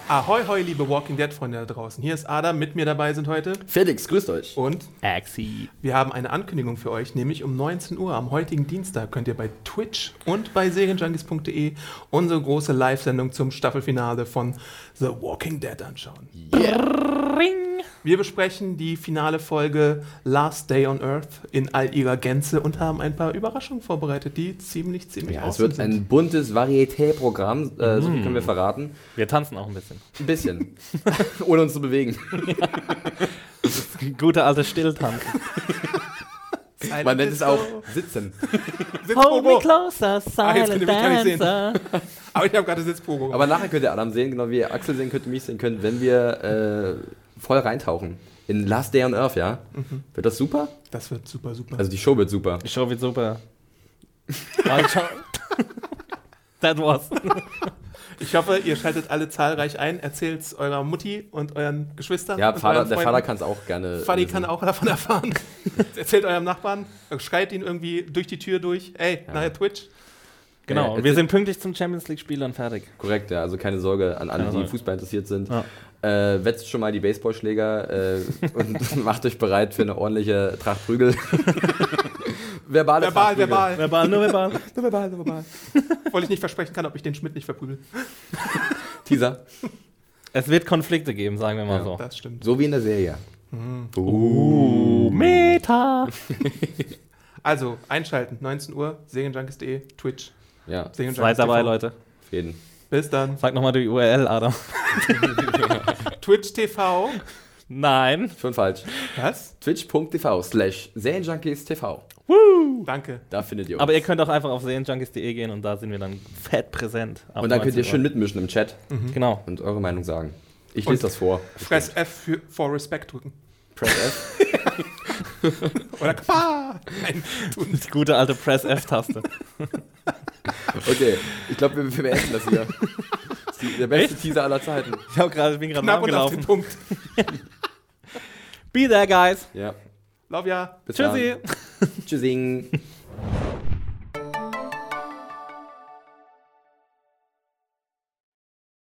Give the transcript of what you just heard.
Ahoi, hoi, liebe Walking Dead-Freunde da draußen. Hier ist Adam, mit mir dabei sind heute Felix, grüßt euch. Und Axi. Wir haben eine Ankündigung für euch, nämlich um 19 Uhr am heutigen Dienstag könnt ihr bei Twitch und bei serienjunkies.de unsere große Live-Sendung zum Staffelfinale von The Walking Dead anschauen. Ring. Wir besprechen die finale Folge Last Day on Earth in all ihrer Gänze und haben ein paar Überraschungen vorbereitet, die ziemlich Ja, es wird ein buntes Varieté-Programm, so viel können wir verraten. Wir tanzen auch ein bisschen. Ein bisschen. Ohne uns zu bewegen. Gute alte Stilltanzen. Man nennt es auch Sitzen. Hold me closer, jetzt könnt ihr mich gar nicht sehen. Dancer. Aber ich habe gerade Sitzprobe. Aber nachher könnt ihr Adam sehen, genau wie ihr Axel sehen könnt, mich sehen könnt, wenn wir voll reintauchen. In Last Day on Earth, ja? Wird das super? Das wird super, super. Also die Show wird super. Die Show wird super. That was. Ich hoffe, ihr schaltet alle zahlreich ein, erzählt es eurer Mutti und euren Geschwistern. Ja, und der euren Vater Freunden. kann es auch gerne Fadi wissen. kann auch davon erfahren. Erzählt eurem Nachbarn, schreit ihn irgendwie durch die Tür durch. Ey, nachher Twitch. Genau, und wir sind pünktlich zum Champions League-Spiel dann fertig. Korrekt, ja, also keine Sorge an alle, Keine die Sorge. Fußball interessiert sind. Ja. Wetzt schon mal die Baseballschläger und macht euch bereit für eine ordentliche Tracht Prügel. Verbal. Nur verbal. Nur verbal. Nur verbal. Obwohl ich nicht versprechen kann, ob ich den Schmidt nicht verprügel. Teaser. Es wird Konflikte geben, sagen wir mal Ja. so. Das stimmt. So wie in der Serie. Meta. Also, einschalten, 19 Uhr, serienjunkies.de, Twitch. Ja, Serienjunkies Seid dabei, TV. Leute. auf jeden. Bis dann. Sag nochmal die URL, Adam. Twitch TV. Nein. Schon falsch. Was? Twitch.tv/SerienJunkiesTV. Danke. Da findet ihr uns. Aber ihr könnt auch einfach auf serienjunkies.de gehen und da sind wir dann fett präsent. ab und dann könnt ihr 19 Uhr. schön mitmischen im Chat Genau. und eure Meinung sagen. Ich Und lese das vor. Press F for Respect drücken. Press F. Oder Kpa! Nein, tun Die gute alte Press-F-Taste. Okay, ich glaube, wir beenden das hier. Das ist der beste Teaser aller Zeiten. Bin gerade knapp warm und auf den gelaufen. Punkt. Be there, guys. Ja, Love ya. bis Tschüssi. dann. Tschüssing.